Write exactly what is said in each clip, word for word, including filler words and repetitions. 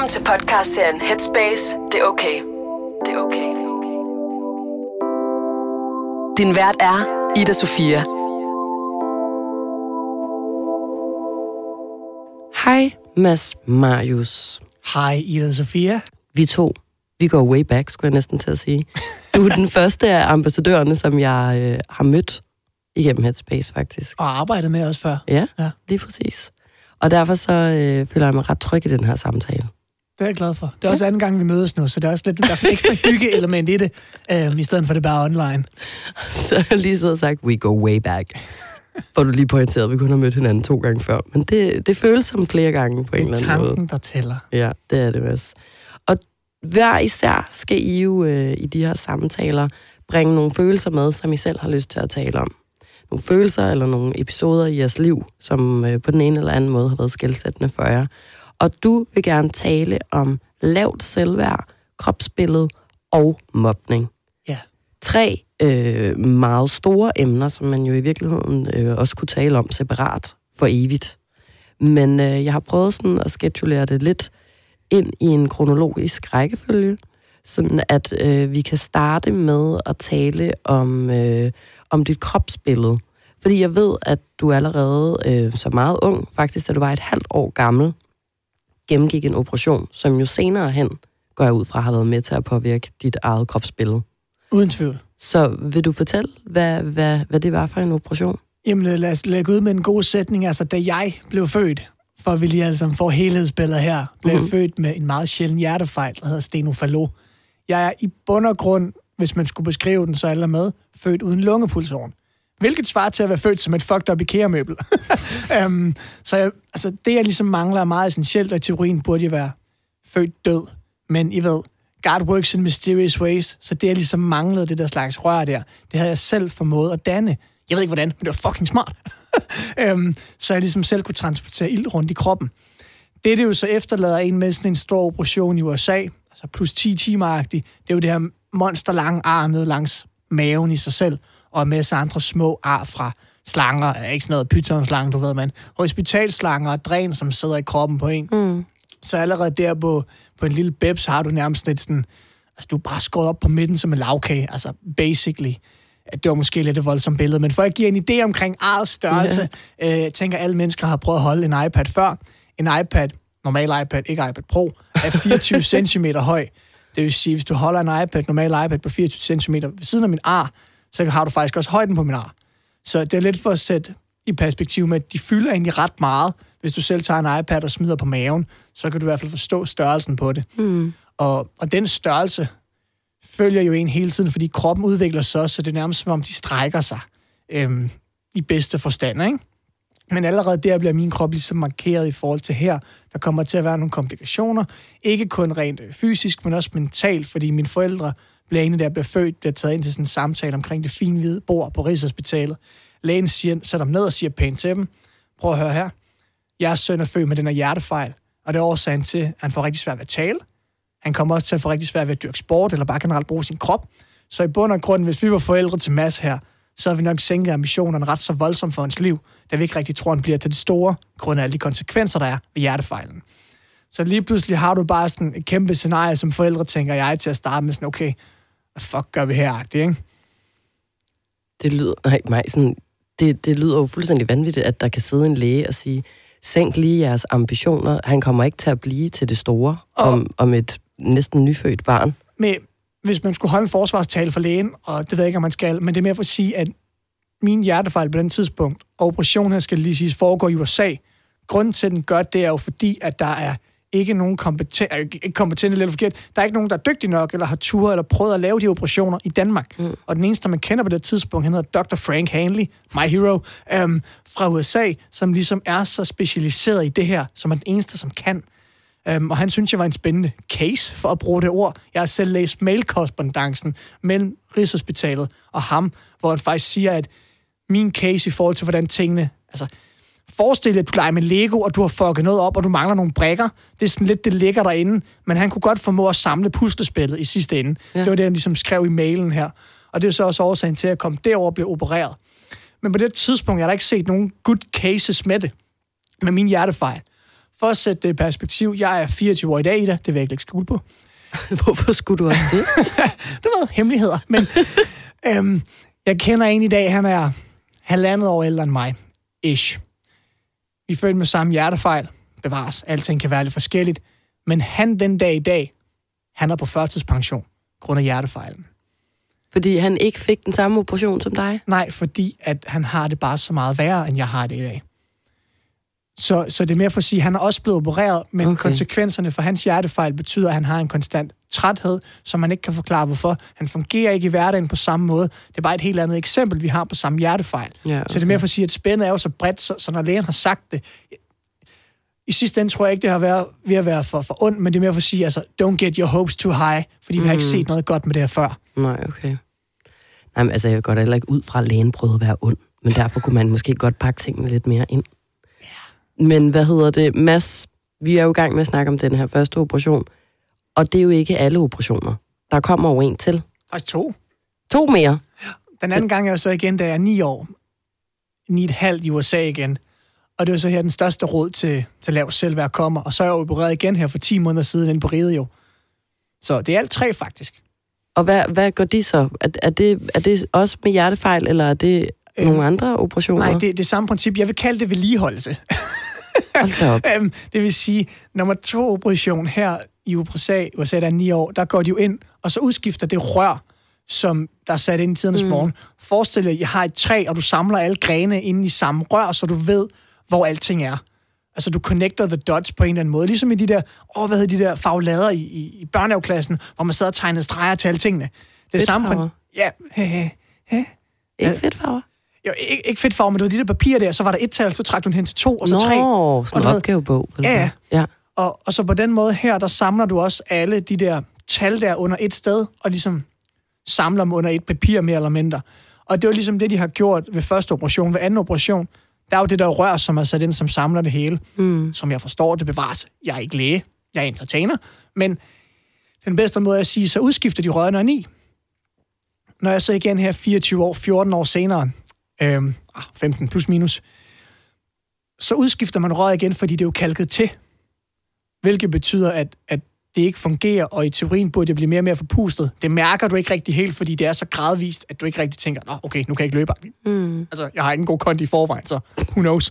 Velkommen til podcastserien Headspace. Det er okay. Det er okay. Din vært er Ida Sofia. Hej, Mads Marius. Hej, Ida Sofia. Vi to, vi går way back, skulle jeg næsten til at sige. Du er den første af ambassadørerne, som jeg øh, har mødt igennem Headspace, faktisk. Og arbejdet med os før. Ja, ja. Lige præcis. Og derfor så øh, føler jeg mig ret tryg i den her samtale. Det er jeg glad for. Det er også ja. anden gang, vi mødes nu, så det er også lidt, der er sådan et ekstra byggeelement i det, øh, i stedet for det bare online. Så jeg har lige siddet og sagt, we go way back. For du lige pointeret, at vi kun har mødt hinanden to gange før. Men det, det føles som flere gange på en eller anden måde. Det er tanken, der tæller. Ja, det er det også. Og hver især skal I jo øh, i de her samtaler bringe nogle følelser med, som I selv har lyst til at tale om. Nogle følelser eller nogle episoder i jeres liv, som øh, på den ene eller anden måde har været skelsættende for jer. Og du vil gerne tale om lavt selvværd, kropsbillede og mobning. Ja. Tre øh, meget store emner, som man jo i virkeligheden øh, også kunne tale om separat for evigt. Men øh, jeg har prøvet sådan at schedulere det lidt ind i en kronologisk rækkefølge, sådan at øh, vi kan starte med at tale om, øh, om dit kropsbillede. Fordi jeg ved, at du allerede øh, så meget ung, faktisk da du var et halvt år gammel, gennemgik en operation, som jo senere hen, går jeg ud fra, har været med til at påvirke dit eget kropsbillede. Uden tvivl. Så vil du fortælle, hvad, hvad, hvad det var for en operation? Jamen lad os lægge ud med en god sætning. Altså, da jeg blev født, for at vi lige alle sammen får helhedsbilleder her, blev jeg mm-hmm. født med en meget sjælden hjertefejl, der hedder stenofalo. Jeg er i bund og grund, hvis man skulle beskrive den, så alle med, født uden lungepulsåren. Hvilket svarer til at være født som et fucked up IKEA-møbel. um, så jeg, altså, det, jeg ligesom mangler, er meget essentielt, og i teorien burde jeg være født død. Men I ved, God works in mysterious ways, så det, jeg ligesom manglede, det der slags rør der, det havde jeg selv formået at danne. Jeg ved ikke hvordan, men det var fucking smart. um, så jeg ligesom selv kunne transportere ild rundt i kroppen. Det, det jo så efterlader en med sådan en stor operation i U S A, altså plus ti timer-agtigt, det er jo det her monsterlange ar ned langs maven i sig selv, og en masse andre små ar fra slanger, ikke sådan noget pythonslange, du ved, man. Hospitalslanger og dræn, som sidder i kroppen på en. Mm. Så allerede der på, på en lille bebs har du nærmest lidt sådan, altså du er bare skåret op på midten som en lavkage, altså basically. Det var måske lidt et voldsomt billede, men for at give en idé omkring arets størrelse, yeah. øh, jeg tænker, alle mennesker har prøvet at holde en iPad før. En iPad, normal iPad, ikke iPad Pro, er fireogtyve centimeter høj. Det vil sige, hvis du holder en iPad, normal iPad på fireogtyve centimeter ved siden af min ar, så har du faktisk også højden på min ar. Så det er lidt for at sætte i perspektiv med, at de fylder egentlig ret meget. Hvis du selv tager en iPad og smider på maven, så kan du i hvert fald forstå størrelsen på det. Mm. Og, og den størrelse følger jo en hele tiden, fordi kroppen udvikler sig også, så det er nærmest som om, de strækker sig øhm, i bedste forstand, ikke? Men allerede der bliver min krop ligesom markeret i forhold til her. Der kommer til at være nogle komplikationer. Ikke kun rent fysisk, men også mentalt, fordi mine forældre bliver ene, der bliver født, bliver taget ind til sådan en samtale omkring det fine hvide bord på Rigshospitalet. Lægen siger, sætter dem ned og siger pænt til dem. Prøv at høre her. Jeres søn er født med den her hjertefejl, og det er årsagen til, at han får rigtig svært ved at tale. Han kommer også til at få rigtig svært ved at dyrke sport, eller bare generelt bruge sin krop. Så i bund og grund, hvis vi var forældre til Mads her, så har vi nok sænket ambitionerne ret så voldsomt for hans liv, da vi ikke rigtig tror, han bliver til det store, grund af alle de konsekvenser, der er ved hjertefejlen. Så lige pludselig har du bare sådan et kæmpe scenarie, som forældre tænker jeg til at starte med sådan, okay, hvad fuck gør vi her-agtigt, ikke? Det lyder, nej, nej, sådan, det, det lyder jo fuldstændig vanvittigt, at der kan sidde en læge og sige, sænk lige jeres ambitioner, han kommer ikke til at blive til det store, og, om, om et næsten nyfødt barn. Men hvis man skulle holde en forsvarstale for lægen, og det ved jeg ikke, om man skal, men det er mere for at sige, at min hjertefejl på den tidspunkt, og operationen her skal lige siges foregår i U S A. Grunden til, at den gør det, er jo fordi, at der er ikke nogen kompetent, ikke kompetent eller forkert. Der er ikke nogen, der er dygtig nok, eller har tur eller prøvet at lave de operationer i Danmark. Mm. Og den eneste, man kender på det tidspunkt, han hedder doktor Frank Hanley, my hero, øhm, fra U S A, som ligesom er så specialiseret i det her, som er den eneste, som kan. Øhm, og han synes, jeg var en spændende case, for at bruge det ord. Jeg har selv læst mailkorrespondancen mellem Rigshospitalet og ham, hvor han faktisk siger, at min case i forhold til, hvordan tingene... altså forestil dig, at du leger med Lego, og du har fucket noget op, og du mangler nogle brikker. Det er sådan lidt, det ligger derinde. Men han kunne godt formå at samle puslespillet i sidste ende. Ja. Det var det, han ligesom skrev i mailen her. Og det er så også årsagen til at komme derover og blive opereret. Men på det tidspunkt, jeg har ikke set nogen good cases med det. Med min hjertefejl. For at sætte det i perspektiv, jeg er fireogtyve år i dag, Ida, det vil jeg ikke lægge skjul på. Hvorfor skulle du også det? Du ved, hemmeligheder. Men øhm, jeg kender en i dag, han er halvandet år ældre end mig. Ish. Vi er født med samme hjertefejl. Bevares, alting kan være lidt forskelligt. Men han den dag i dag, han er på førtidspension, grund af hjertefejlen. Fordi han ikke fik den samme operation som dig? Nej, fordi at han har det bare så meget værre, end jeg har det i dag. Så, så det er mere for at sige, at han er også blevet opereret, men okay. konsekvenserne for hans hjertefejl betyder, at han har en konstant træthed, som man ikke kan forklare, hvorfor. Han fungerer ikke i hverdagen på samme måde. Det er bare et helt andet eksempel, vi har på samme hjertefejl. Ja, okay. Så det er mere for at sige, at spændet er jo så bredt, så, så når lægen har sagt det, i sidste ende tror jeg ikke, det har været ved at være for, for ondt, men det er mere for at sige, altså, don't get your hopes too high, fordi mm. vi har ikke set noget godt med det her før. Nej, okay. Nej, men altså, jeg går da heller ikke ud fra, at lægen prøvede at være ond, men derfor kunne man måske godt pakke tingene lidt mere ind. Yeah. Men hvad hedder det? Mads, vi er jo i gang med at snakke om den her første operation, og det er jo ikke alle operationer. Der kommer jo en til. Faktisk to. To mere? Den anden gang er jo så igen, da jeg er ni år. Ni et halvt i U S A igen. Og det er så her, den største råd til, til lavt selvværd kommer. Og så er jeg opereret igen her for ti måneder siden inde på Riget jo. Så det er alt tre, faktisk. Og hvad, hvad gør de så? Er, er, det, er det også med hjertefejl, eller er det øh, nogle andre operationer? Nej, det er det samme princip. Jeg vil kalde det vedligeholdelse. Hold da op. Det vil sige, nummer to operation her i U S A, U S A der er ni år, der går de jo ind, og så udskifter det rør, som der er sat ind i tidernes mm. morgen. Forestil dig, at jeg har et træ, og du samler alle grene inde i samme rør, så du ved, hvor alting er. Altså, du connecter the dots på en eller anden måde. Ligesom i de der, åh, hvad hedder de der faglader i, i, i børnehaveklassen, hvor man sad og tegnede streger til alle tingene. Det er samme på... Ja, he, he, he. Ikke fedtfarver? Jo, ikke, ikke fedtfarver, men det var de der papirer der, så var der et tal, så trak du hen til to, og så Nå, tre. Nå, sådan en opgavebog. Ja, ja. Og, og så på den måde her, der samler du også alle de der tal der under et sted, og ligesom samler dem under et papir mere eller mindre. Og det var ligesom det, de har gjort ved første operation. Ved anden operation, der er jo det der rør, som er sat ind, som samler det hele. Mm. Som jeg forstår, det bevares. Jeg er ikke læge, jeg er entertainer, men den bedste måde at sige, så udskifter de røret, når jeg er ni. Når jeg så igen her fireogtyve år, fjorten år senere, øhm, femten plus minus, så udskifter man røret igen, fordi det er jo kalket til. Hvilket betyder, at, at det ikke fungerer, og i teorien burde det blive mere og mere forpustet. Det mærker du ikke rigtig helt, fordi det er så gradvist, at du ikke rigtig tænker, nå, okay, nu kan jeg ikke løbe. Mm. Altså, jeg har ikke en god kondi i forvejen, så who knows.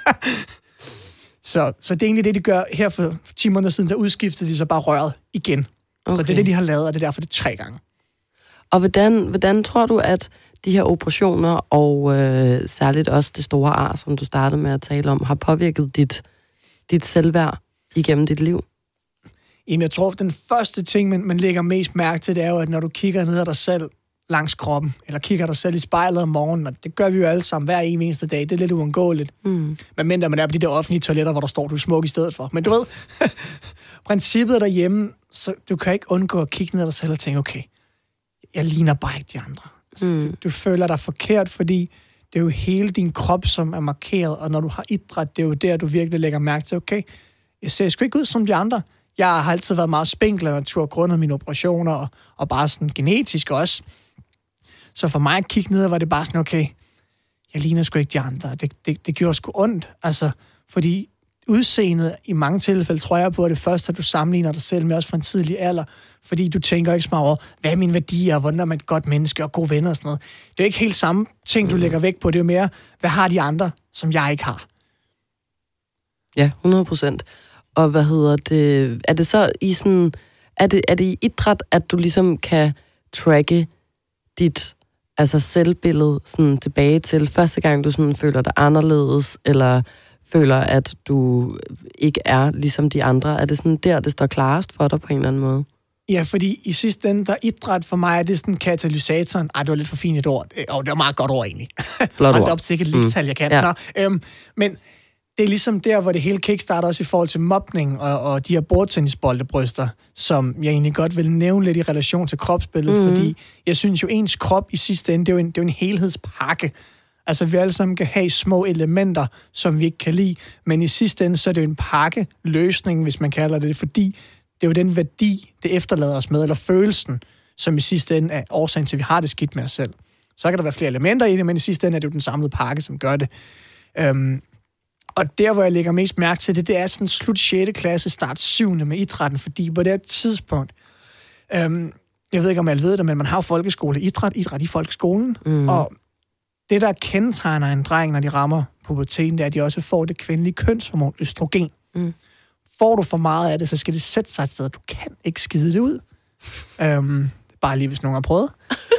så, så det er egentlig det, de gør her for ti måneder siden, der udskiftede de så bare røret igen. Okay. Så det er det, de har lavet, og det er derfor, det er tre gange. Og hvordan, hvordan tror du, at de her operationer, og øh, særligt også det store ar, som du startede med at tale om, har påvirket dit, dit selvværd igennem dit liv? Jamen, jeg tror, at den første ting, man, man lægger mest mærke til, det er jo, at når du kigger ned ad dig selv langs kroppen, eller kigger dig selv i spejlet om morgenen, og det gør vi jo alle sammen hver eneste dag, det er lidt uundgåeligt. Mm. Men mindre man er på de der offentlige toiletter, hvor der står, du er smuk i stedet for. Men du ved, princippet derhjemme, så du kan ikke undgå at kigge ned ad dig selv og tænke, okay, jeg ligner bare ikke de andre. Altså, mm. du, du føler dig forkert, fordi det er jo hele din krop, som er markeret, og når du har idræt, det er jo der, du virkelig lægger mærke til, okay, jeg ser sgu ikke ud som de andre. Jeg har altid været meget spinkel af natur, grundet mine operationer, og, og bare sådan genetisk også. Så for mig at kigge ned, var det bare sådan, okay, jeg ligner sgu ikke de andre. Det, det, det gjorde sgu ondt, altså, fordi udseendet i mange tilfælde, tror jeg på, at det første, at du sammenligner dig selv med også fra en tidlig alder, fordi du tænker ikke så meget over, hvad er mine værdier, hvordan er man et godt menneske og gode venner og sådan noget. Det er ikke helt samme ting, du lægger vægt på. Det er jo mere, hvad har de andre, som jeg ikke har? Ja, hundrede procent. Og hvad hedder det? Er det så i sådan, er det, er det i idræt, at du ligesom kan tracke dit altså selvbillede sådan tilbage til første gang, du sådan føler dig anderledes, eller føler, at du ikke er ligesom de andre? Er det sådan der, det står klarest for dig på en eller anden måde? Ja, fordi i sidste ende, der idræt for mig, er det sådan katalysatoren. Ej, det var lidt for fint et ord. Åh, det var meget godt ord egentlig. Flot ord. Hold op, sikkert ligestal, jeg kan. Ja. Nå, øhm, men det er ligesom der, hvor det hele kickstarter også i forhold til mobning og, og de her bordtennisboldebryster, som jeg egentlig godt vil nævne lidt i relation til kropsbilledet, mm. fordi jeg synes jo, ens krop i sidste ende, det er jo en, det er jo en helhedspakke. Altså, vi alle sammen kan have små elementer, som vi ikke kan lide, men i sidste ende, så er det jo en pakkeløsning, hvis man kalder det, fordi det er jo den værdi, det efterlader os med, eller følelsen, som i sidste ende er årsagen til, at vi har det skidt med os selv. Så kan der være flere elementer i det, men i sidste ende er det jo den samlede pakke, som gør det. Øhm, Og der, hvor jeg lægger mest mærke til det, det er sådan slut sjette klasse, start syvende med idrætten, fordi på det her tidspunkt, øhm, jeg ved ikke, om jeg ved det, men man har jo folkeskole, idræt, idræt i folkeskolen, mm. og det, der kendetegner en dreng, når de rammer puberteten, det er, at de også får det kvindelige kønshormon, østrogen. Mm. Får du for meget af det, så skal det sætte sig et sted, du kan ikke skide det ud. øhm, bare lige, hvis nogen har prøvet.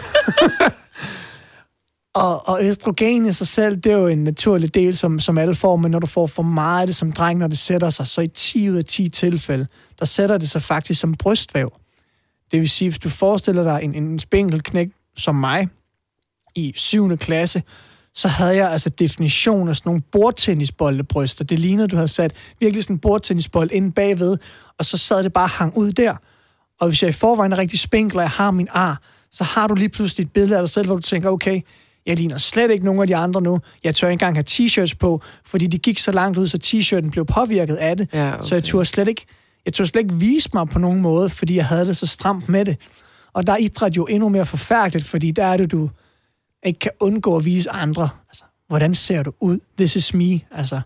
Og, og østrogen i sig selv, det er jo en naturlig del, som, som alle får, men når du får for meget af det som dreng, når det sætter sig, så i ti ud af ti tilfælde, der sætter det sig faktisk som brystvæv. Det vil sige, hvis du forestiller dig en, en spinkelknæk som mig i syvende klasse, så havde jeg altså definition af sådan nogle bordtennisboldebryster. Det lignede, du havde sat virkelig sådan en bordtennisbold inde bagved, og så sad det bare hang ud der. Og hvis jeg i forvejen er rigtig spinkel, og jeg har min ar, så har du lige pludselig et billede af dig selv, hvor du tænker, okay, jeg ligner slet ikke nogen af de andre nu. Jeg tør ikke engang have t-shirts på, fordi de gik så langt ud, så t-shirten blev påvirket af det. Ja, okay. Så jeg tør slet ikke, jeg tør slet ikke vise mig på nogen måde, fordi jeg havde det så stramt med det. Og der er idræt jo endnu mere forfærdeligt, fordi der er det, du ikke kan undgå at vise andre. Altså, hvordan ser du ud? This is me. Altså.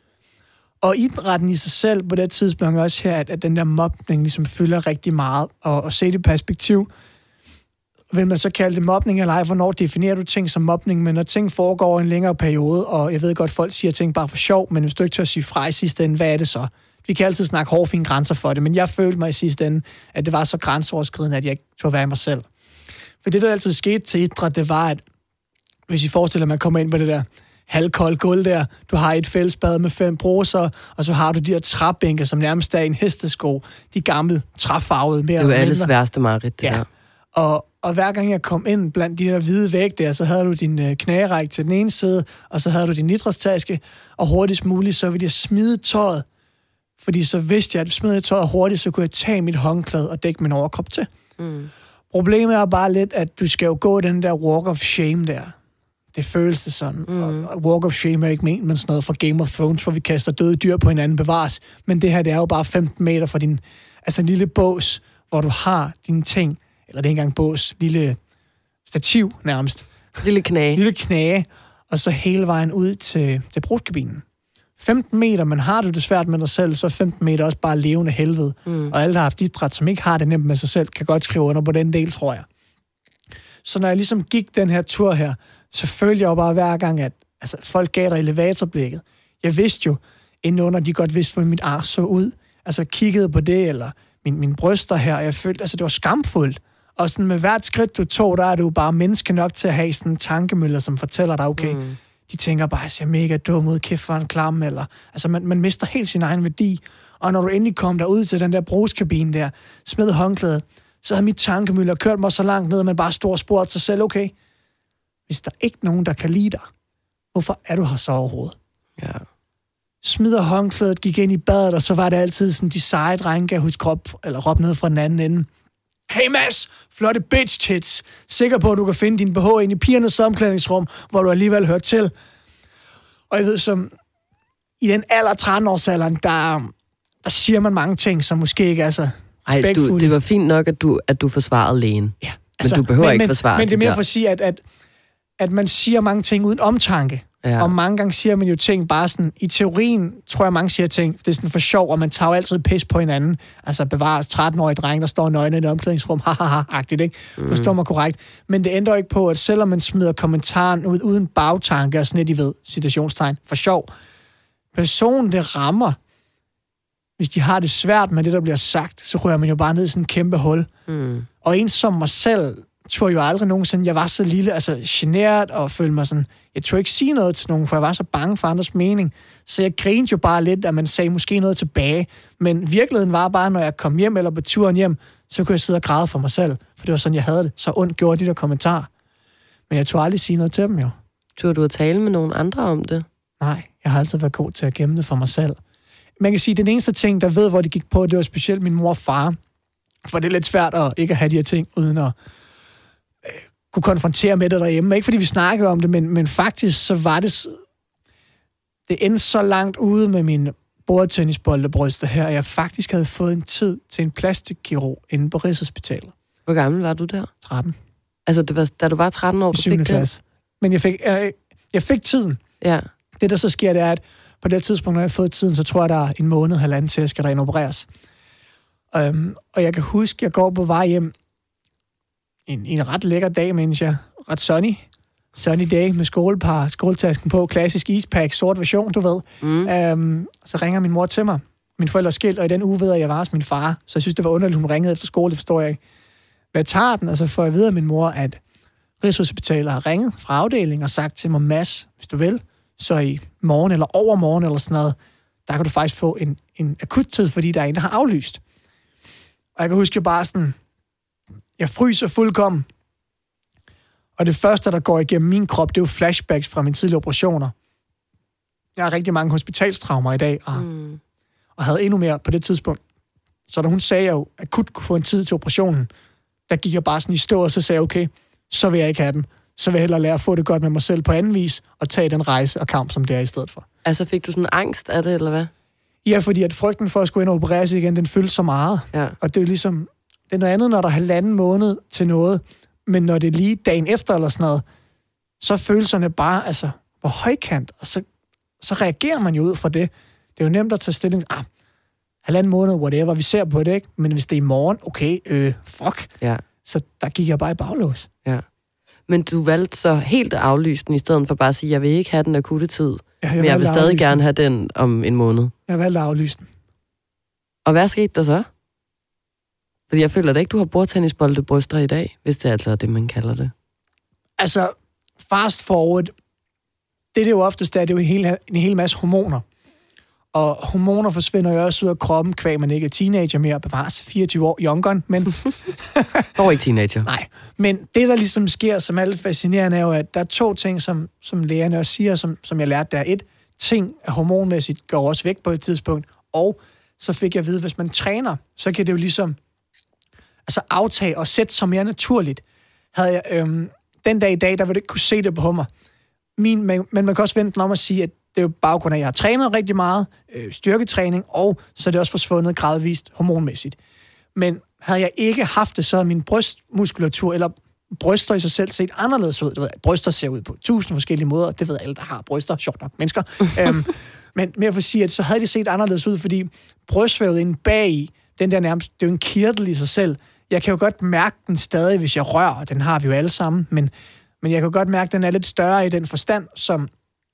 Og idrætten i sig selv, på det tidspunkt også her, at, at den der mobning ligesom fylder rigtig meget. Og, og se det i perspektiv, vil man så kalde det mobning eller ej? Hvornår definerer du ting som mobning? Men når ting foregår over en længere periode, og jeg ved godt, folk siger ting bare for sjov, men hvis du ikke tør at sige fra i sidste ende, hvad er det så? Vi kan altid snakke hårfine grænser for det, men jeg følte mig i sidste ende, at det var så grænseoverskridende, at jeg ikke turde være mig selv. For det, der altid skete til idræt, det var, at hvis I forestiller, at man kommer ind på det der halvkoldt gulv der, du har et fællesbad med fem broser, og så har du de her træbænke, som nærmest er en hestesko, de gamle træfarvede mere. Det er jo alles værste mareridt, det ja. der. Og, og hver gang jeg kom ind blandt de der hvide væg der, så havde du din øh, knærække til den ene side, og så havde du din idrætstaske, og hurtigst muligt, så ville jeg smide tøjet. Fordi så vidste jeg, at smed jeg tøjet hurtigt, så kunne jeg tage mit håndklæde og dække min overkrop til. Mm. Problemet er bare lidt, at du skal jo gå den der walk of shame der. Det føles det sådan. Mm. Og walk of shame er ikke ment, men sådan noget fra Game of Thrones, hvor vi kaster døde dyr på hinanden bevares. Men det her, det er jo bare femten meter fra din, altså en lille bås, hvor du har dine ting, eller det er ikke engang bås, lille stativ nærmest. Lille knage. Lille knage, og så hele vejen ud til, til brugskabinen. femten meter, men har du det svært med dig selv, så er femten meter også bare levende helvede. Mm. Og alle, der har haft idræt, som ikke har det nemt med sig selv, kan godt skrive under på den del, tror jeg. Så når jeg ligesom gik den her tur her, så følte jeg jo bare hver gang, at altså, folk gav dig elevatorblikket. Jeg vidste jo, inden under de godt vidste, hvordan mit ar så ud. Altså kiggede på det, eller min, mine bryster her, og jeg følte, altså det var skamfuldt. Og sådan med hvert skridt, du tog, der er du bare menneske nok til at have sådan en tankemøller, som fortæller dig, okay, mm. de tænker bare, at jeg ser mega dum ud, kæft for en klam, eller altså man, man mister helt sin egen værdi. Og når du endelig kom derud til den der brugskabine der, smed håndklædet, så havde mit tankemøller kørt mig så langt ned, at man bare stod og spurgte sig selv, okay, hvis der er ikke nogen, der kan lide dig, hvorfor er du her så overhovedet? Ja. Smider håndklædet, gik ind i badet, og så var det altid sådan, de seje drenge gav hos krop, eller råb ned fra den anden ende. Hey Mads, flotte bitch tits. Sikker på, at du kan finde din B H ind i pigernes omklædningsrum, hvor du alligevel hører til. Og jeg ved, som i den alder tretten-årsalderen, der, der siger man mange ting, som måske ikke er så respektfulde. Ej, det var fint nok, at du, at du forsvarede lægen. Ja, altså, men du behøver men, ikke forsvare Men det er mere for at sige, at, at, at man siger mange ting uden omtanke. Ja. Og mange gange siger man jo ting bare sådan, i teorien tror jeg, mange siger ting, det er sådan for sjov, og man tager jo altid pis på hinanden. Altså bevares tretten-årige dreng, der står nøgne i et omklædningsrum, hahaha-agtigt, ikke? Mm. Forstår mig korrekt. Men det ændrer ikke på, at selvom man smider kommentaren ud uden bagtanke, og sådan et, I ved, citationstegn, for sjov, personen det rammer, hvis de har det svært med det, der bliver sagt, så rører man jo bare ned i sådan en kæmpe hul. Mm. Og en som mig selv, tror jo aldrig nogensinde, jeg var så lille, altså generet og følte mig sådan, jeg tror ikke sige noget til nogen, for jeg var så bange for andres mening. Så jeg grinede jo bare lidt, at man sagde måske noget tilbage. Men virkeligheden var bare, når jeg kom hjem eller på turen hjem, så kunne jeg sidde og græde for mig selv. For det var sådan, jeg havde det. Så ondt gjorde de der kommentarer. Men jeg turde aldrig sige noget til dem jo. Turde du at tale med nogen andre om det? Nej, jeg har altid været god til at gemme det for mig selv. Man kan sige, at den eneste ting, der ved, hvor det gik på, det var specielt min mor og far. For det er lidt svært at ikke at have de her ting, uden at kunne konfrontere med det derhjemme. Ikke fordi vi snakkede om det, men, men faktisk så var det... Det endte så langt ude med min bordtennisboldebryster her, at jeg faktisk havde fået en tid til en plastikkirurg inde på Rigshospitalet. Hvor gammel var du der? tretten. Altså, det var, da du var tretten år, du fik det? klasse. Men jeg fik, jeg, jeg fik tiden. Ja. Det, der så sker, det er, at på det tidspunkt, når jeg har fået tiden, så tror jeg, der er en måned, halvanden til, at jeg skal renopereres. Um, og jeg kan huske, at jeg går på vej hjem en, en ret lækker dag, mens jeg ret sunny. Sunny day med skolepar, skoletasken på, klassisk ispack, sort version, du ved. Mm. Um, så ringer min mor til mig. Min forældre er skilt, og i den uge ved jeg, at jeg var hos min far. Så jeg synes, det var underligt, hun ringede efter skole, det forstår jeg ikke. Men jeg tager den, og så får jeg videre af min mor, at Rigshospitalet har ringet fra afdelingen og sagt til mig, Mads, hvis du vil, så i morgen eller overmorgen eller sådan noget, der kan du faktisk få en, en akuttid, fordi der er en, der har aflyst. Og jeg kan huske bare sådan, jeg fryser fuldkommen. Og det første, der går igennem min krop, det er jo flashbacks fra mine tidligere operationer. Jeg har rigtig mange hospitalstraumer i dag, og, mm. og havde endnu mere på det tidspunkt. Så da hun sagde, at jeg jo akut kunne få en tid til operationen, der gik jeg bare sådan i stå, og så sagde jeg, okay, så vil jeg ikke have den. Så vil jeg hellere lære at få det godt med mig selv på anden vis, og tage den rejse og kamp, som det er i stedet for. Altså fik du sådan angst af det, eller hvad? Ja, fordi at frygten for at skulle ind og opereres igen, den fyldte så meget. Ja. Og det er ligesom, det er noget andet, når der er halvanden måned til noget, men når det er lige dagen efter eller sådan noget, så følelserne bare, altså, hvor højkant, og så, så reagerer man jo ud fra det. Det er jo nemt at tage stilling, ah, halvanden måned, whatever, vi ser på det, ikke? Men hvis det er i morgen, okay, øh, fuck. Ja. Så der gik jeg bare i baglås. Ja. Men du valgte så helt at aflyse den, i stedet for bare at sige, jeg vil ikke have den akutte tid, ja, jeg men jeg vil stadig gerne have den om en måned. Jeg valgte at aflyse den. Og hvad skete der så? Fordi jeg føler da ikke, du har bordtennisbolde-bryster i dag, hvis det er altså det, man kalder det. Altså, fast forward, det, det er jo oftest, det er jo en hel, en hel masse hormoner. Og hormoner forsvinder jo også ud af kroppen, kvæg man ikke er teenager mere, bevares fireogtyve år, youngeren, men... Dog ikke teenager. Nej, men det, der ligesom sker, som er lidt fascinerende, er jo, at der er to ting, som, som lægerne også siger, som, som jeg lærte der. Et, ting hormonmæssigt går også væk på et tidspunkt, og så fik jeg at vide, hvis man træner, så kan det jo ligesom altså aftage og sætte sig mere naturligt. Havde jeg, øhm, den dag i dag, der ville du ikke kunne se det på mig. Min, men, men man kan også vente den om at sige, at det er jo baggrund af, at jeg har trænet rigtig meget, øh, styrketræning, og så er det også forsvundet gradvist hormonmæssigt. Men havde jeg ikke haft det, så havde min brystmuskulatur, eller bryster i sig selv, set anderledes ud. Du ved, bryster ser ud på tusind forskellige måder, det ved alle, der har bryster, sjovt nok, mennesker. øhm, men mere for at sige, at så havde det set anderledes ud, fordi brystvævet inde bagi, den der nærmest, det er jo en kirtel i sig selv. Jeg kan jo godt mærke den stadig, hvis jeg rører, den har vi jo alle sammen, men, men jeg kan godt mærke, at den er lidt større i den forstand, som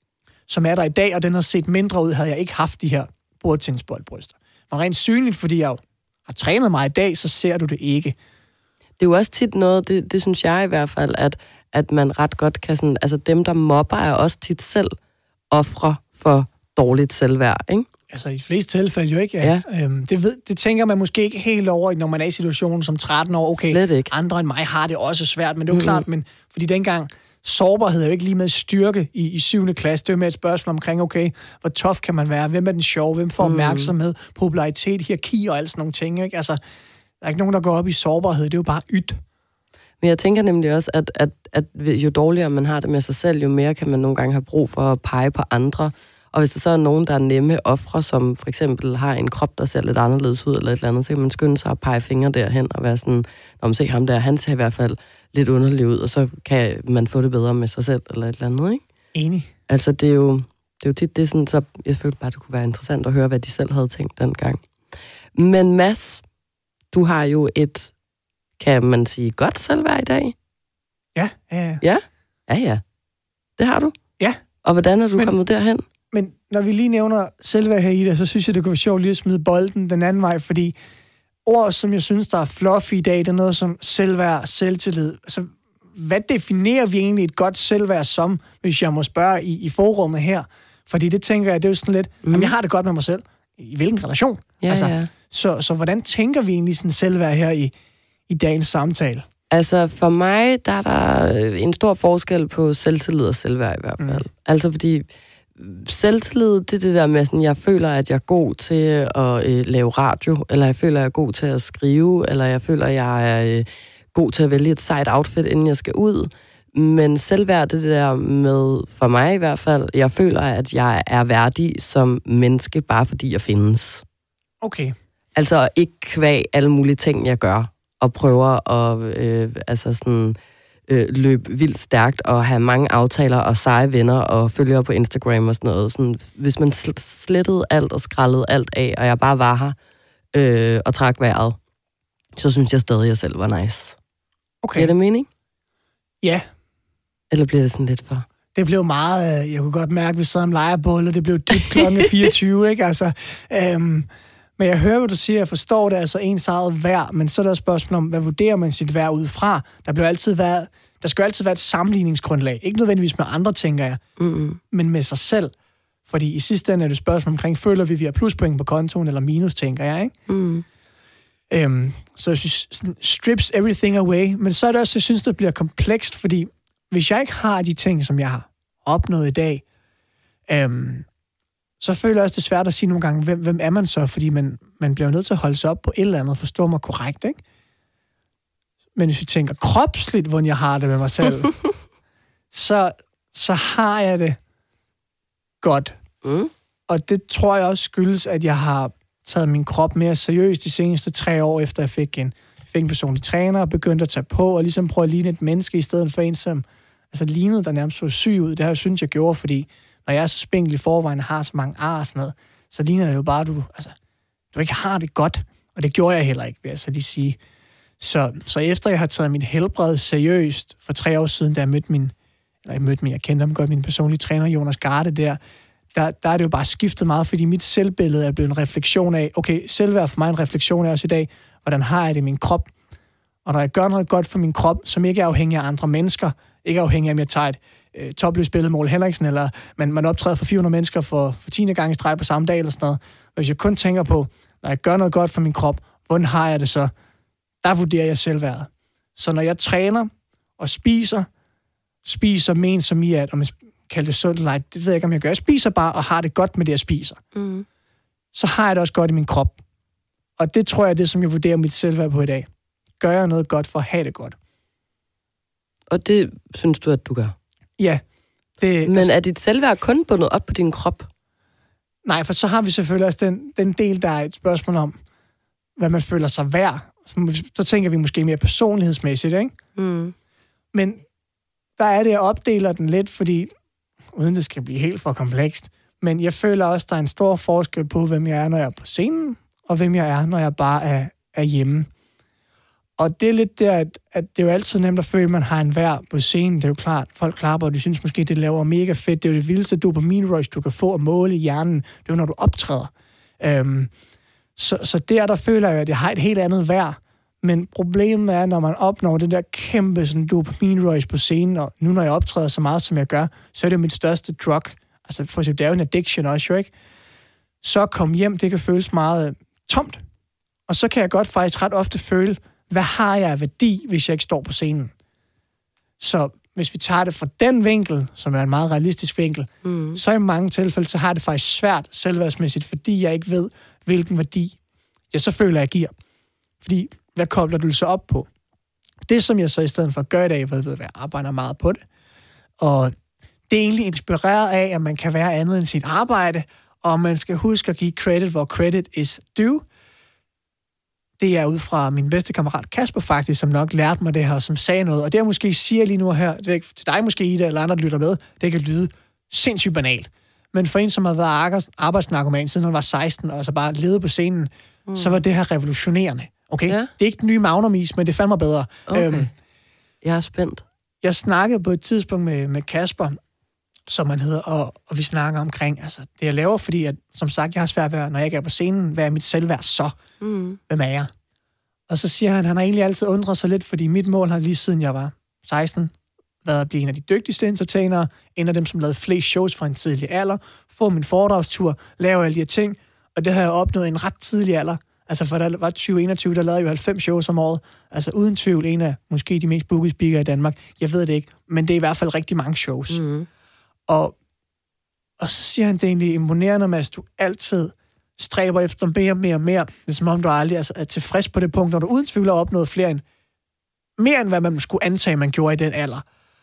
som er der i dag, og den har set mindre ud, havde jeg ikke haft de her bordtennisboldbryster. Men rent synligt, fordi jeg har trænet mig i dag, så ser du det ikke. Det er jo også tit noget, det, det synes jeg i hvert fald, at, at man ret godt kan sådan, altså dem, der mobber, er også tit selv ofre for dårligt selvværd, ikke? Altså i de fleste tilfælde jo ikke, ja. ja. Øhm, det, ved, det tænker man måske ikke helt over, når man er i situationen som tretten år. Okay, andre end mig har det også svært, men det er jo mm-hmm. klart, men fordi dengang sårbarhed er jo ikke lige med styrke i, i syvende klasse. Det er jo med et spørgsmål omkring, okay, hvor tough kan man være? Hvem er den sjov? Hvem får opmærksomhed? Mm. Popularitet, hierarki og alle sådan nogle ting, ikke? Altså, der er ikke nogen, der går op i sårbarhed. Det er jo bare ydt. Men jeg tænker nemlig også, at, at, at jo dårligere man har det med sig selv, jo mere kan man nogle gange have brug for at pege på andre. Og hvis der så er nogen, der er nemme ofre, som for eksempel har en krop, der ser lidt anderledes ud eller et eller andet, så kan man skynde sig at pege fingre derhen og være sådan, når man ser ham der, han ser i hvert fald lidt underlig ud, og så kan man få det bedre med sig selv eller et eller andet, ikke? Enig. Altså, det er jo, det er jo tit det er sådan, så jeg følte bare, det kunne være interessant at høre, hvad de selv havde tænkt dengang. Men Mads, du har jo et, kan man sige, godt selvværd i dag? Ja, ja, ja. Ja? Ja, ja. Det har du? Ja. Og hvordan er du men, kommet derhen? Men når vi lige nævner selvværd her i det, så synes jeg, det kunne være sjovt lige at smide bolden den anden vej, fordi ord, som jeg synes, der er fluffy i dag, det er noget som selvværd, selvtillid. Altså, hvad definerer vi egentlig et godt selvværd som, hvis jeg må spørge i, i forummet her? Fordi det tænker jeg, det er jo sådan lidt, mm. jamen, jeg har det godt med mig selv. I hvilken relation? Ja, altså, ja. Så, så hvordan tænker vi egentlig sådan selvværd her i, i dagens samtale? Altså, for mig, der er der en stor forskel på selvtillid og selvværd i hvert fald. Mm. Altså, fordi selvtillid, det er det der med, at jeg føler, at jeg er god til at øh, lave radio, eller jeg føler, at jeg er god til at skrive, eller jeg føler, at jeg er øh, god til at vælge et sejt outfit, inden jeg skal ud. Men selvværd, det er det der med, for mig i hvert fald, jeg føler, at jeg er værdig som menneske, bare fordi jeg findes. Okay. Altså ikke kvæg alle mulige ting, jeg gør, og prøver at øh, altså sådan, øh, løbe vildt stærkt og have mange aftaler og seje venner og følgere på Instagram og sådan noget. Sådan, hvis man slettede alt og skrællede alt af, og jeg bare var her øh, og trak vejret, så synes jeg stadig, at jeg selv var nice. Okay. Giver det mening? Ja. Eller bliver det sådan lidt for... Det blev meget, jeg kunne godt mærke, at vi sad om lejrebål, og det blev dybt klokken fireogtyve, ikke? Altså, øhm, men jeg hører, hvad du siger, jeg forstår det, altså ens eget værd, men så er der et spørgsmål om, hvad vurderer man sit værd ud fra? Der bliver altid været, der skal jo altid være et sammenligningsgrundlag. Ikke nødvendigvis med andre, tænker jeg, Mm-hmm. men med sig selv. Fordi i sidste ende er det et spørgsmål omkring, føler vi, vi har pluspoint på kontoen, eller minus, tænker jeg, ikke? Mm. Øhm, så jeg synes, sådan, strips everything away, men så er det også, jeg synes, det bliver komplekst, fordi hvis jeg ikke har de ting, som jeg har opnået i dag, øhm, så føler jeg også, det er svært at sige nogle gange, hvem, hvem er man så? Fordi man, man bliver nødt til at holde sig op på et eller andet, forstå mig korrekt, ikke? Men hvis vi tænker kropsligt, hvordan jeg har det med mig selv, så, så har jeg det godt. Mm. Og det tror jeg også skyldes, at jeg har taget min krop mere seriøst de seneste tre år, efter jeg fik en, fik en personlig træner og begyndte at tage på og ligesom prøve at ligne et menneske i stedet for en, som altså, lignede, der nærmest så syg ud. Det har jeg synes, jeg gjorde, fordi når jeg er så spinkel i forvejen og har så mange ar og sådan noget, så ligner det jo bare, at du, altså, du ikke har det godt. Og det gjorde jeg heller ikke, vil jeg så lige sige. Så, så efter jeg har taget mit helbred seriøst for tre år siden, da jeg mødte min, eller jeg mødte min, jeg kendte ham godt, min personlige træner, Jonas Garde der, Der, der er det jo bare skiftet meget, fordi mit selvbillede er blevet en refleksion af, okay, selvværd for mig en refleksion af også i dag, hvordan har jeg det i min krop? Og når jeg gør noget godt for min krop, som ikke er afhængig af andre mennesker, ikke afhængig af, om jeg tager et øh, topløst billede Mål Henriksen, eller man, man optræder for fire hundrede mennesker for, for tiende gang i streg på samme dag, eller sådan noget. Og hvis jeg kun tænker på, når jeg gør noget godt for min krop, hvordan har jeg det så? Der vurderer jeg selvværdet. Så når jeg træner og spiser, spiser men som i at, om jeg kalder det sundt eller ej, det ved jeg ikke, om jeg gør. Jeg spiser bare og har det godt med det, jeg spiser. Mm. Så har jeg det også godt i min krop. Og det tror jeg er det, som jeg vurderer mit selvværd på i dag. Gør jeg noget godt for at have det godt? Og det synes du, at du gør? Ja. Det, Men altså, er dit selvværd kun bundet op på din krop? nej, for så har vi selvfølgelig også den, den del, der er et spørgsmål om, hvad man føler sig værd. Så tænker vi måske mere personlighedsmæssigt, ikke? Mm. Men der er det, jeg opdeler den lidt, fordi, uden det skal blive helt for komplekst, men jeg føler også, der er en stor forskel på, hvem jeg er, når jeg er på scenen, og hvem jeg er, når jeg bare er, er hjemme. Og det er lidt der, at, at det er jo altid nemt at føle, at man har en værd på scenen. Det er jo klart, folk klapper, og de synes måske, det laver mega fedt. Det er jo det vildeste dopamin-rush, du kan få at måle i hjernen. Det er jo, når du optræder. Øhm, så, så der, der føler jeg, at jeg har et helt andet værd. Men problemet er, når man opnår det der kæmpe sådan, dopamin-rush på scenen, og nu når jeg optræder så meget, som jeg gør, så er det mit største drug. Altså for eksempel, det er jo en addiction også, jo ikke? Så at komme hjem, det kan føles meget tomt. Og så kan jeg godt faktisk ret ofte føle, hvad har jeg af værdi, hvis jeg ikke står på scenen? Så hvis vi tager det fra den vinkel, som er en meget realistisk vinkel, mm. så i mange tilfælde, så har det faktisk svært selvværdsmæssigt, fordi jeg ikke ved, hvilken værdi jeg så føler, jeg giver. Fordi, hvad kobler du så op på? Det, som jeg så i stedet for gør i dag, ved, ved, jeg arbejder meget på det, og det er egentlig inspireret af, at man kan være andet end sit arbejde, og man skal huske at give credit, hvor credit is due. Det er ud fra min bedste kammerat Kasper faktisk, som nok lærte mig det her, som sagde noget. Og det jeg måske siger lige nu her, det er ikke til dig måske, Ida, eller andre, der lytter med, det kan lyde sindssygt banalt. Men for en, som har været arbejdsnarkoman, siden han var seksten, og så bare levet på scenen, mm. så var det her revolutionerende. Okay? Ja. Det er ikke den nye Magnumis, men det fandt mig bedre. Okay. Øhm, jeg er spændt. Jeg snakkede på et tidspunkt med, med Kasper, som han hedder, og, og vi snakker omkring altså, det, jeg laver, fordi at, som sagt, jeg har svært ved, når jeg ikke er på scenen, hvad er mit selvværd så? Mm. Hvem er jeg? Og så siger han, han har egentlig altid undret sig lidt, fordi mit mål har lige siden jeg var seksten, været at blive en af de dygtigste entertainere, en af dem, som lavede flest shows fra en tidlig alder, få min foredragstur, lave alle de her ting, og det har jeg opnået i en ret tidlig alder. Altså for der var tyve enogtyve, der lavede jeg jo halvfems shows om året. Altså uden tvivl en af måske de mest bookede speakere i Danmark. Jeg ved det ikke, men det er i hvert fald rigtig mange shows. Mm. Og, og så siger han, det er egentlig imponerende, Mads, du altid stræber efter mere og mere og mere. Det er som om, du aldrig altså, er tilfreds på det punkt, når du uden tvivl har opnået flere end, mere end hvad man skulle antage, man gjorde i den alder.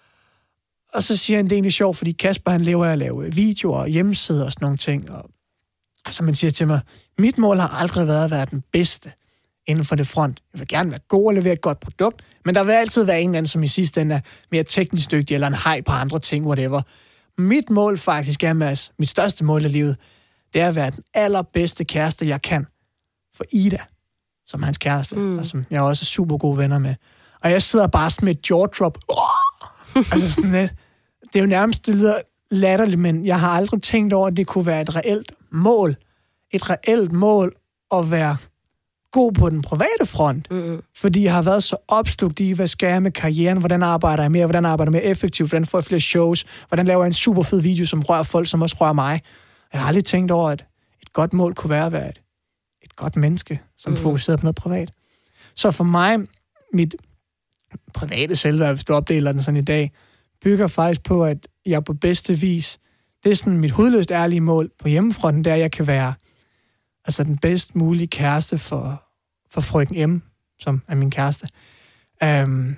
Og så siger han, det er egentlig sjovt, fordi Kasper, han lever af at lave videoer og hjemmesider og sådan nogle ting. Og altså man siger til mig, mit mål har aldrig været at være den bedste, inden for det front. Jeg vil gerne være god og levere et godt produkt, men der vil altid være en eller anden, som i sidste ende er mere teknisk dygtig, eller en hej på andre ting, whatever. Mit mål faktisk er, Mads, mit største mål i livet, det er at være den allerbedste kæreste, jeg kan for Ida, som er hans kæreste, mm. og som jeg også er super gode venner med. Og jeg sidder bare sådan med et jaw drop. Oh! altså sådan lidt. Det er jo nærmest, det lyder latterligt, men jeg har aldrig tænkt over, at det kunne være et reelt mål. Et reelt mål at være god på den private front. Mm. Fordi jeg har været så opslugt i, hvad skal jeg med karrieren, hvordan arbejder jeg mere, hvordan arbejder jeg mere effektivt, hvordan får jeg flere shows, hvordan laver jeg en super fed video, som rører folk, som også rører mig. Jeg har aldrig tænkt over, at et godt mål kunne være at være et, et godt menneske, som mm. fokuserer på noget privat. Så for mig, mit private selvværd, hvis du opdeler den sådan i dag, bygger faktisk på, at jeg på bedste vis, det er sådan mit hudløst ærlige mål på hjemmefronten, der jeg kan være altså den bedst mulige kæreste for, for frøken M, som er min kæreste. Um,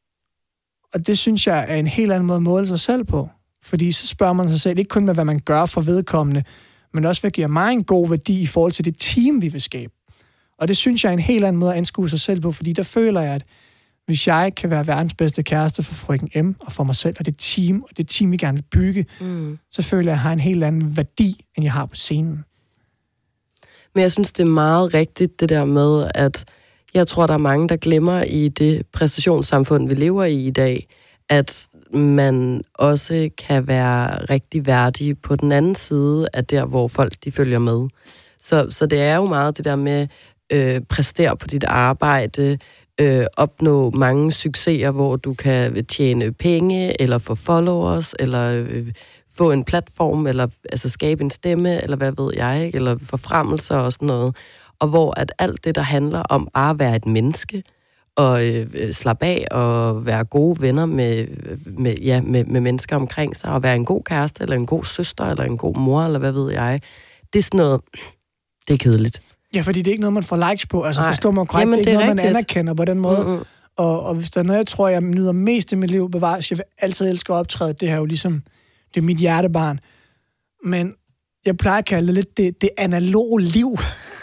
og det synes jeg er en helt anden måde at måle sig selv på. Fordi så spørger man sig selv ikke kun med, hvad man gør for vedkommende, men også, hvad giver mig en god værdi i forhold til det team, vi vil skabe. Og det synes jeg er en helt anden måde at anskue sig selv på, fordi der føler jeg, at hvis jeg kan være verdens bedste kæreste for frøken M og for mig selv, og det team, og det team, vi gerne vil bygge, mm. så føler jeg, at jeg har en helt anden værdi, end jeg har på scenen. Men jeg synes, det er meget rigtigt, det der med, at jeg tror, der er mange, der glemmer i det præstationssamfund, vi lever i i dag, at man også kan være rigtig værdig på den anden side af der, hvor folk de følger med. Så, så det er jo meget det der med øh, præstere på dit arbejde, øh, opnå mange succeser, hvor du kan tjene penge, eller få followers, eller øh, få en platform, eller altså skabe en stemme, eller hvad ved jeg, ikke? Eller forfremmelser og sådan noget. Og hvor at alt det, der handler om bare at være et menneske, og øh, slappe af og være gode venner med, med, ja, med, med mennesker omkring sig, og være en god kæreste, eller en god søster, eller en god mor, eller hvad ved jeg. Det er sådan noget, det er kedeligt. Ja, fordi det er ikke noget, man får likes på. Altså forstår man korrekt, det er ikke det er noget, rigtigt. Man anerkender på den måde. Mm-hmm. Og, og hvis der er noget, jeg tror, jeg nyder mest i mit liv, bevares, jeg vil altid elske at optræde, det her jo ligesom, det er mit hjertebarn. Men jeg plejer at kalde det lidt det, det analoge liv.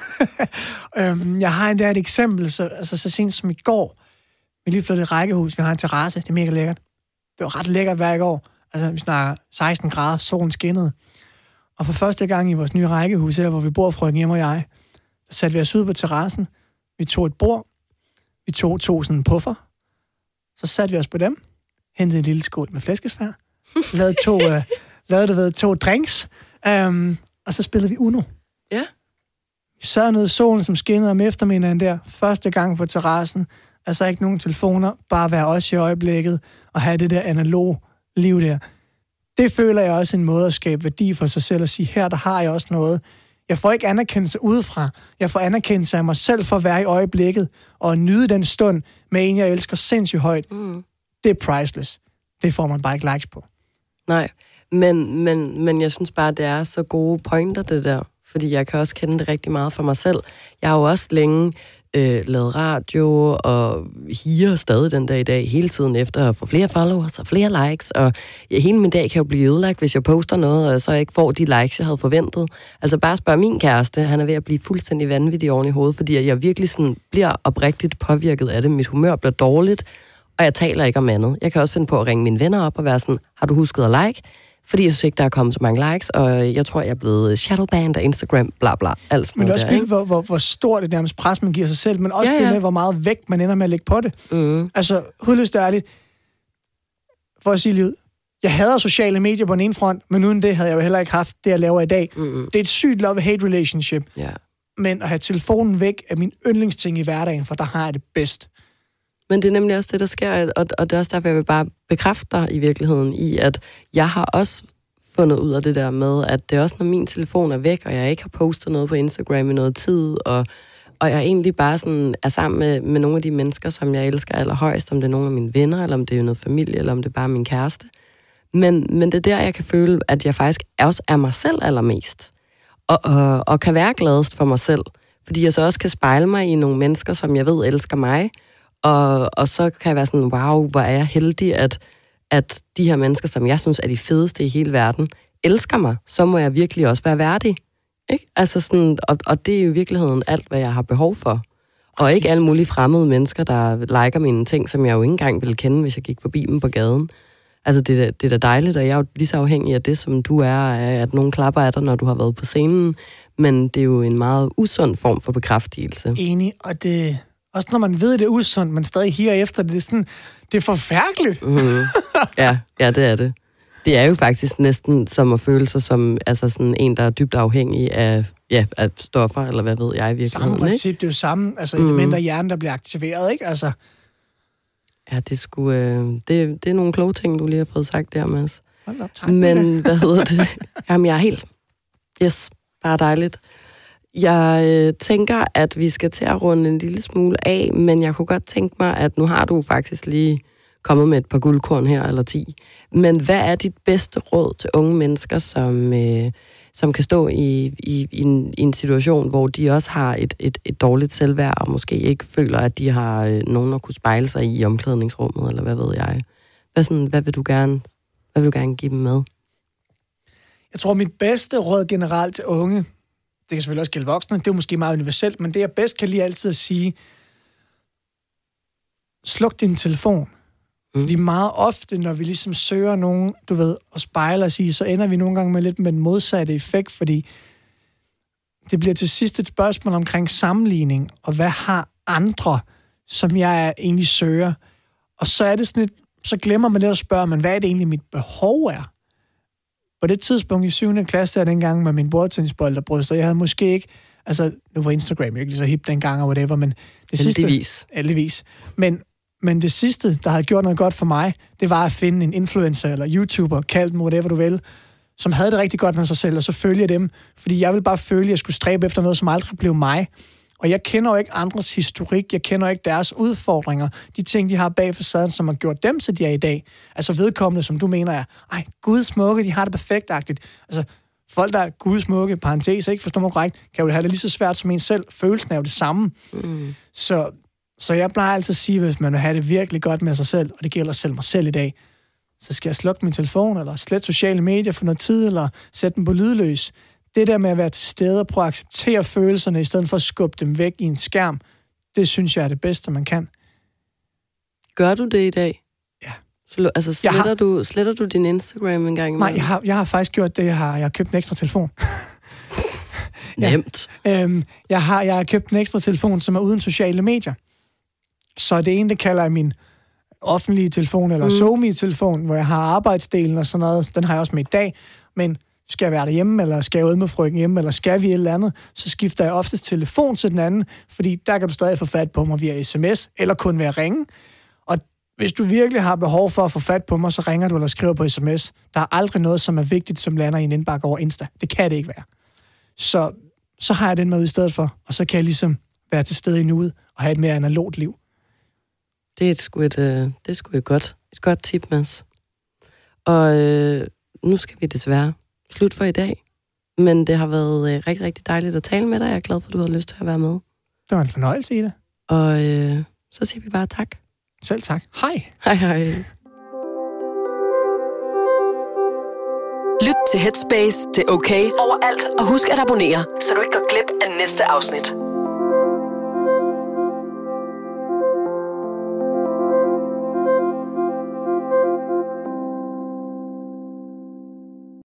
Jeg har endda et eksempel, så, altså, så sent som i går, vi lige flyttede et rækkehus, vi har en terrasse, det er mega lækkert. Det var ret lækkert hver i går. Altså, vi snakker seksten grader, solen skinnede. Og for første gang i vores nye rækkehus her, hvor vi bor, frøken hjemme og jeg, så satte vi os ud på terrassen, vi tog et bord, vi tog to sådan en puffer, så satte vi os på dem, hentede en lille skål med flæskesvær, lavede to, uh, lavede, du ved, to drinks, um, og så spillede vi Uno. Ja. Vi sad nede i solen, som skinnede om eftermiddagen der, første gang på terrassen, altså ikke nogen telefoner, bare være os i øjeblikket, og have det der analog liv der. Det føler jeg også en måde at skabe værdi for sig selv, og sige, her der har jeg også noget. Jeg får ikke anerkendelse udefra. Jeg får anerkendelse af mig selv for at være i øjeblikket, og nyde den stund med en, jeg elsker sindssygt højt. Mm. Det er priceless. Det får man bare ikke likes på. Nej, men, men, men jeg synes bare, det er så gode pointer, det der. Fordi jeg kan også kende det rigtig meget for mig selv. Jeg har jo også længe øh, lavet radio og higer stadig den dag i dag, hele tiden efter at få flere followers og flere likes. Og ja, hele min dag kan jo blive ødelagt, hvis jeg poster noget, og så ikke får de likes, jeg havde forventet. Altså bare spørg min kæreste, han er ved at blive fuldstændig vanvittig oven i hovedet, fordi jeg virkelig sådan bliver oprigtigt påvirket af det. Mit humør bliver dårligt, og jeg taler ikke om andet. Jeg kan også finde på at ringe mine venner op og være sådan, har du husket at like? Fordi jeg synes ikke, der er kommet så mange likes, og jeg tror, jeg er blevet shadowbanned af Instagram, bla bla, alt Men det er også der, vildt, hvor, hvor, hvor stort det nærmest pres, man giver sig selv, men også ja, ja. det med, hvor meget vægt man ender med at lægge på det. Mm. Altså, hudløst ærligt, for at sige livet, jeg hader sociale medier på den ene front, men uden det havde jeg jo heller ikke haft det, jeg laver i dag. Mm. Det er et sygt love-hate relationship. Yeah. Men at have telefonen væk er min yndlingsting i hverdagen, for der har jeg det bedst. Men det er nemlig også det, der sker, og, og det er også derfor, jeg vil bare bekræfte dig i virkeligheden i, at jeg har også fundet ud af det der med, at det er også, når min telefon er væk, og jeg ikke har postet noget på Instagram i noget tid, og, og jeg egentlig bare sådan er sammen med, med nogle af de mennesker, som jeg elsker allerhøjst, om det er nogle af mine venner, eller om det er noget familie, eller om det er bare min kæreste. Men, men det er der, jeg kan føle, at jeg faktisk også er mig selv allermest, og, og, og kan være gladest for mig selv, fordi jeg så også kan spejle mig i nogle mennesker, som jeg ved elsker mig. Og, og så kan jeg være sådan, wow, hvor er jeg heldig, at, at de her mennesker, som jeg synes er de fedeste i hele verden, elsker mig. Så må jeg virkelig også være værdig. Ikke? Altså sådan, og, og det er jo i virkeligheden alt, hvad jeg har behov for. Og ikke alle mulige fremmede mennesker, der liker mine ting, som jeg jo ikke engang ville kende, hvis jeg gik forbi dem på gaden. Altså, det er, det er da dejligt, og jeg er jo lige så afhængig af det, som du er, af at nogen klapper af dig, når du har været på scenen. Men det er jo en meget usund form for bekræftelse. Enig, og det... Også når man ved, det er usundt, men stadig higer efter det, det er sådan... Det er forfærdeligt. Mm-hmm. Ja, ja, det er det. Det er jo faktisk næsten som at føle sig som altså sådan en, der er dybt afhængig af, ja, af stoffer, eller hvad ved jeg i virkeligheden. Samme princip, det er jo samme altså mm. elementer af hjernen, der bliver aktiveret, ikke? Altså... Ja, det, skulle, øh, det, det er nogle kloge ting, du lige har fået sagt der, Mads. Hold op, tak. Men hvad hedder det? Jamen, jeg er helt... Yes, bare dejligt. Jeg øh, tænker, at vi skal til at runde en lille smule af, men jeg kunne godt tænke mig, at nu har du faktisk lige kommet med et par guldkorn her, eller ti. Men hvad er dit bedste råd til unge mennesker, som, øh, som kan stå i, i, i, en, i en situation, hvor de også har et, et, et dårligt selvværd, og måske ikke føler, at de har øh, nogen at kunne spejle sig i, i omklædningsrummet, eller hvad ved jeg? Hvad, sådan, hvad, vil du gerne, hvad vil du gerne give dem med? Jeg tror, mit bedste råd generelt til unge, det kan selvfølgelig også gælde voksne, det er måske meget universelt, men det jeg bedst kan lige altid at sige, sluk din telefon. Mm. Fordi meget ofte, når vi ligesom søger nogen, du ved, og spejler os i, så ender vi nogle gange med lidt med den modsatte effekt, fordi det bliver til sidst et spørgsmål omkring sammenligning, og hvad har andre, som jeg egentlig søger. Og så er det sådan et, så glemmer man lidt at spørge, men hvad er det egentlig, mit behov er? På det tidspunkt i syvende klasse, der dengang med min bordtennisbold, der brød, så jeg havde måske ikke, altså, nu var Instagram jo ikke lige så hip dengang og whatever, men det sidste... Heldigvis. Heldigvis. Men, men det sidste, der havde gjort noget godt for mig, det var at finde en influencer eller YouTuber, kald dem whatever du vil, som havde det rigtig godt med sig selv, og så følge dem, fordi jeg ville bare føle, at jeg skulle stræbe efter noget, som aldrig blev mig. Og jeg kender jo ikke andres historik, jeg kender ikke deres udfordringer, de ting, de har bag facaden, som har gjort dem, så de er i dag. Altså vedkommende, som du mener er, ej, gud smukke, de har det perfektagtigt. Altså, folk, der er gud smukke, parentes, ikke forstår mig korrekt, kan jo have det lige så svært som en selv. Følelsen er jo det samme. Mm. Så, så jeg plejer altid at sige, hvis man vil have det virkelig godt med sig selv, og det gælder selv mig selv i dag, så skal jeg slukke min telefon, eller slet sociale medier for noget tid, eller sætte den på lydløs. Det der med at være til stede og prøve at acceptere følelserne, i stedet for at skubbe dem væk i en skærm, det synes jeg er det bedste, man kan. Gør du det i dag? Ja. Så, altså, sletter, har... du, sletter du din Instagram en gang? Nej, jeg har, jeg har faktisk gjort det. Jeg har, jeg har købt en ekstra telefon. Nemt. Ja. Øhm, jeg, har, jeg har købt en ekstra telefon, som er uden sociale medier. Så det ene, det kalder jeg min offentlige telefon, eller mm. SoMe-telefon, hvor jeg har arbejdsdelen og sådan noget. Den har jeg også med i dag. Men skal jeg være derhjemme, eller skal jeg ud med frøken hjemme, eller skal vi et eller andet, så skifter jeg oftest telefon til den anden, fordi der kan du stadig få fat på mig via sms, eller kun ved at ringe. Og hvis du virkelig har behov for at få fat på mig, så ringer du eller skriver på sms. Der er aldrig noget, som er vigtigt, som lander i en indbakke over Insta. Det kan det ikke være. Så, så har jeg den med ud i stedet for, og så kan jeg ligesom være til stede i nuet og have et mere analogt liv. Det er sgu et, øh, det er sgu et godt, et godt tip, Mads. Og øh, nu skal vi desværre slut for i dag. Men det har været øh, rigtig, rigtig dejligt at tale med dig. Jeg er glad for, at du havde lyst til at være med. Det var en fornøjelse, Ida. Og øh, så siger vi bare tak. Selv tak. Hej. Hej, hej. Lyt til Headspace, til OK overalt. Og husk at abonnere, så du ikke går glip af næste afsnit.